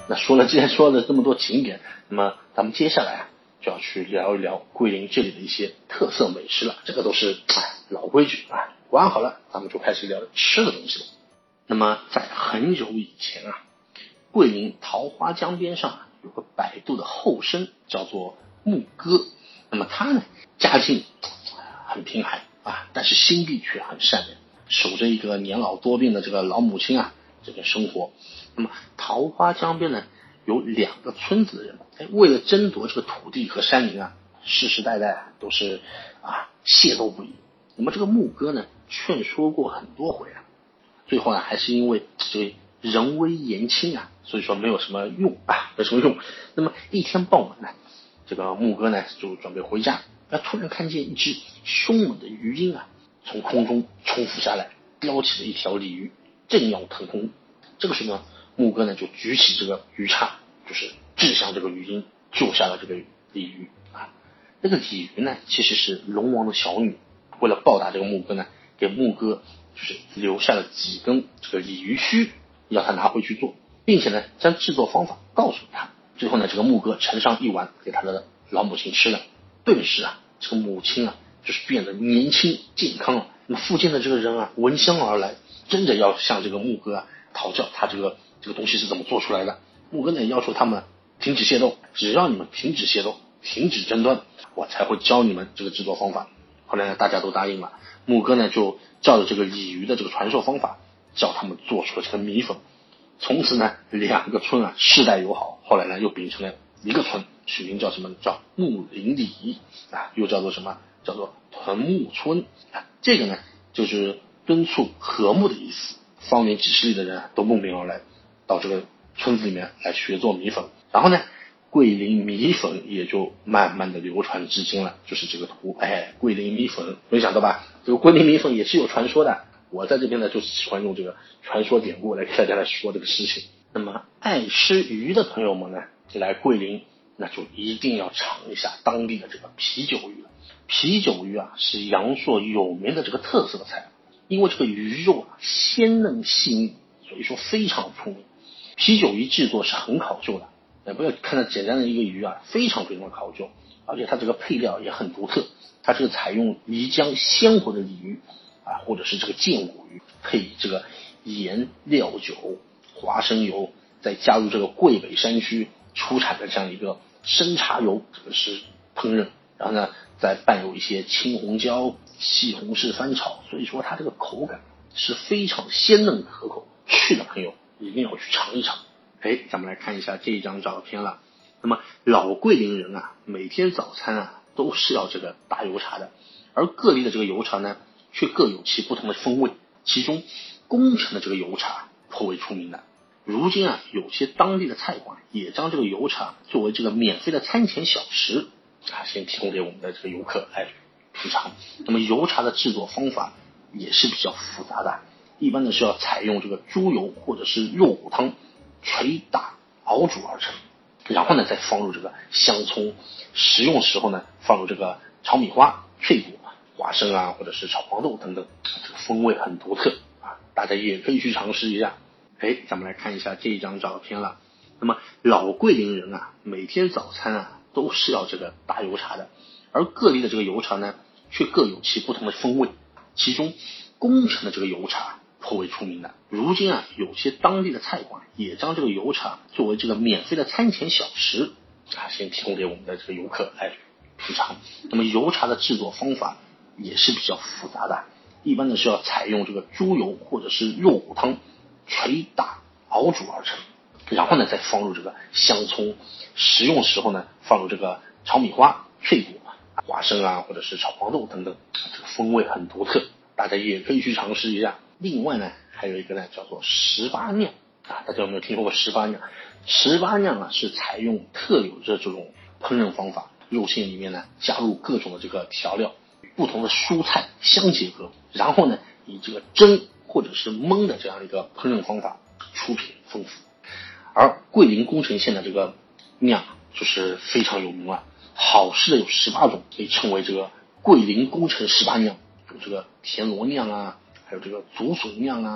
那既然说了这么多景点，那么咱们接下来就要去聊一聊桂林这里的一些特色美食了。这个都是老规矩啊，管好了，咱们就开始聊吃的东西了。那么在很久以前桂林桃花江边上有个摆渡的后生，叫做牧歌。那么他呢，家境很贫寒但是心地却很善良，守着一个年老多病的这个老母亲这个生活。那么桃花江边呢，有2个村子的人，为了争夺这个土地和山林世世代代都是械斗不已。那么这个牧歌呢，劝说过很多回最后还是因为这个人微言轻所以说没有什么用那么一天傍晚呢，这个牧歌呢就准备回家，突然看见一只凶猛的鱼鹰从空中冲浮下来，叼起了一条鲤鱼，正要腾空。这个时候呢，牧歌呢就举起这个鱼叉，就是掷向这个鱼鹰，救下了这个鲤鱼这个鲤鱼呢，其实是龙王的小女，为了报答这个牧歌呢，给牧歌就是留下了几根这个鲤鱼须，要他拿回去做，并且呢将制作方法告诉他。最后呢，这个牧歌盛上一碗给他的老母亲吃了，顿时这个母亲就是变得年轻健康了。那么附近的这个人闻香而来，真的要向这个牧歌讨教他这个东西是怎么做出来的。牧歌呢要求他们停止械斗，只要你们停止械斗，停止争端，我才会教你们这个制作方法。后来呢，大家都答应了，牧歌呢就照着这个鲤鱼的这个传授方法，教他们做出了这个米粉。从此呢，2个村世代友好。后来呢，又秉承了一个村，取名叫什么？叫木林里又叫做什么？叫做屯木村这个呢，就是敦促和睦的意思。方圆几十里的人都慕名而来，到这个村子里面来学做米粉。然后呢，桂林米粉也就慢慢的流传至今了，就是这个图。桂林米粉，没想到吧？这个桂林米粉也是有传说的。我在这边呢，就喜欢用这个传说典故来给大家来说这个事情。那么爱吃鱼的朋友们呢，来桂林那就一定要尝一下当地的这个啤酒鱼了。啤酒鱼是阳朔有名的这个特色菜，因为这个鱼肉鲜嫩细腻，所以说非常出名。啤酒鱼制作是很考究的，不要看到简单的一个鱼非常非常考究，而且它这个配料也很独特。它这个采用漓江鲜活的鲤鱼或者是这个剑骨鱼，配这个盐、料酒、花生油，再加入这个桂北山区出产的这样一个生茶油，这个是烹饪，然后呢再伴有一些青红椒、西红柿翻炒，所以说它这个口感是非常鲜嫩可口。去的朋友一定要去尝一尝。咱们来看一下这张照片了。那么老桂林人每天早餐都是要这个打油茶的，而各地的这个油茶呢却各有其不同的风味。其中宫城的这个油茶颇为出名的，如今有些当地的菜馆也将这个油茶作为这个免费的餐前小食先提供给我们的这个游客来品尝。那么油茶的制作方法也是比较复杂的，一般的是要采用这个猪油或者是肉骨汤捶打熬煮而成，然后呢再放入这个香葱，食用时候呢放入这个炒米花、脆骨、花生或者是炒黄豆等等，这个风味很独特大家也可以去尝试一下。咱们来看一下这张照片了。那么老桂林人每天早餐都是要这个打油茶的，而各地的这个油茶呢却各有其不同的风味。其中宫城的这个油茶颇为出名的，如今有些当地的菜馆也将这个油茶作为这个免费的餐前小食先提供给我们的这个游客来品尝。那么油茶的制作方法也是比较复杂的，一般的是要采用这个猪油或者是肉骨汤捶打熬煮而成，然后呢再放入这个香葱，食用时候呢放入这个炒米花、脆骨、花生或者是炒黄豆等等，这个风味很独特，大家也可以去尝试一下。另外呢还有一个呢叫做18酿大家有没有听说过18酿？18酿是采用特有的这种烹饪方法，肉馅里面呢加入各种的这个调料，不同的蔬菜相结合，然后呢以这个蒸或者是焖的这样一个烹饪方法出品丰富。而桂林宫城县的这个酿就是非常有名了，好吃的有18种，可以称为这个桂林宫城18酿，有这个田螺酿还有这个竹笋酿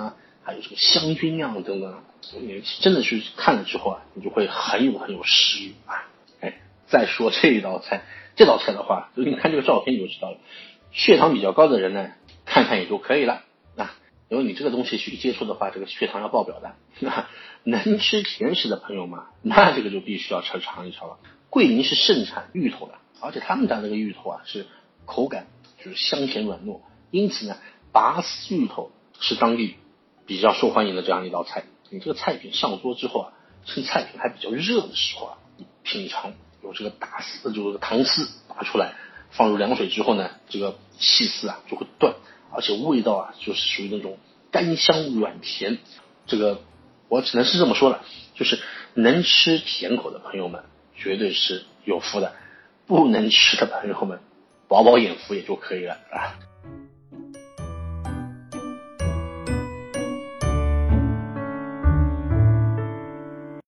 还有这个香菌酿等等，你真的去看了之后啊，你就会很有食欲啊。再说这道菜的话，就你看这个照片你就知道了，血糖比较高的人呢，看看也就可以了啊。因为你这个东西去接触的话，这个血糖要爆表的。能吃甜食的朋友嘛，那这个就必须要尝一尝了。桂林是盛产芋头的，而且他们家这个芋头啊是口感就是香甜软糯，因此呢，拔丝芋头是当地比较受欢迎的这样一道菜。你这个菜品上桌之后啊，趁菜品还比较热的时候啊，你品一尝，有这个糖丝拔出来，放入凉水之后呢，这个细丝啊就会断，而且味道啊就是属于那种甘香软甜。这个我只能是这么说了，就是能吃甜口的朋友们绝对是有福的，不能吃的朋友们饱饱眼福也就可以了啊。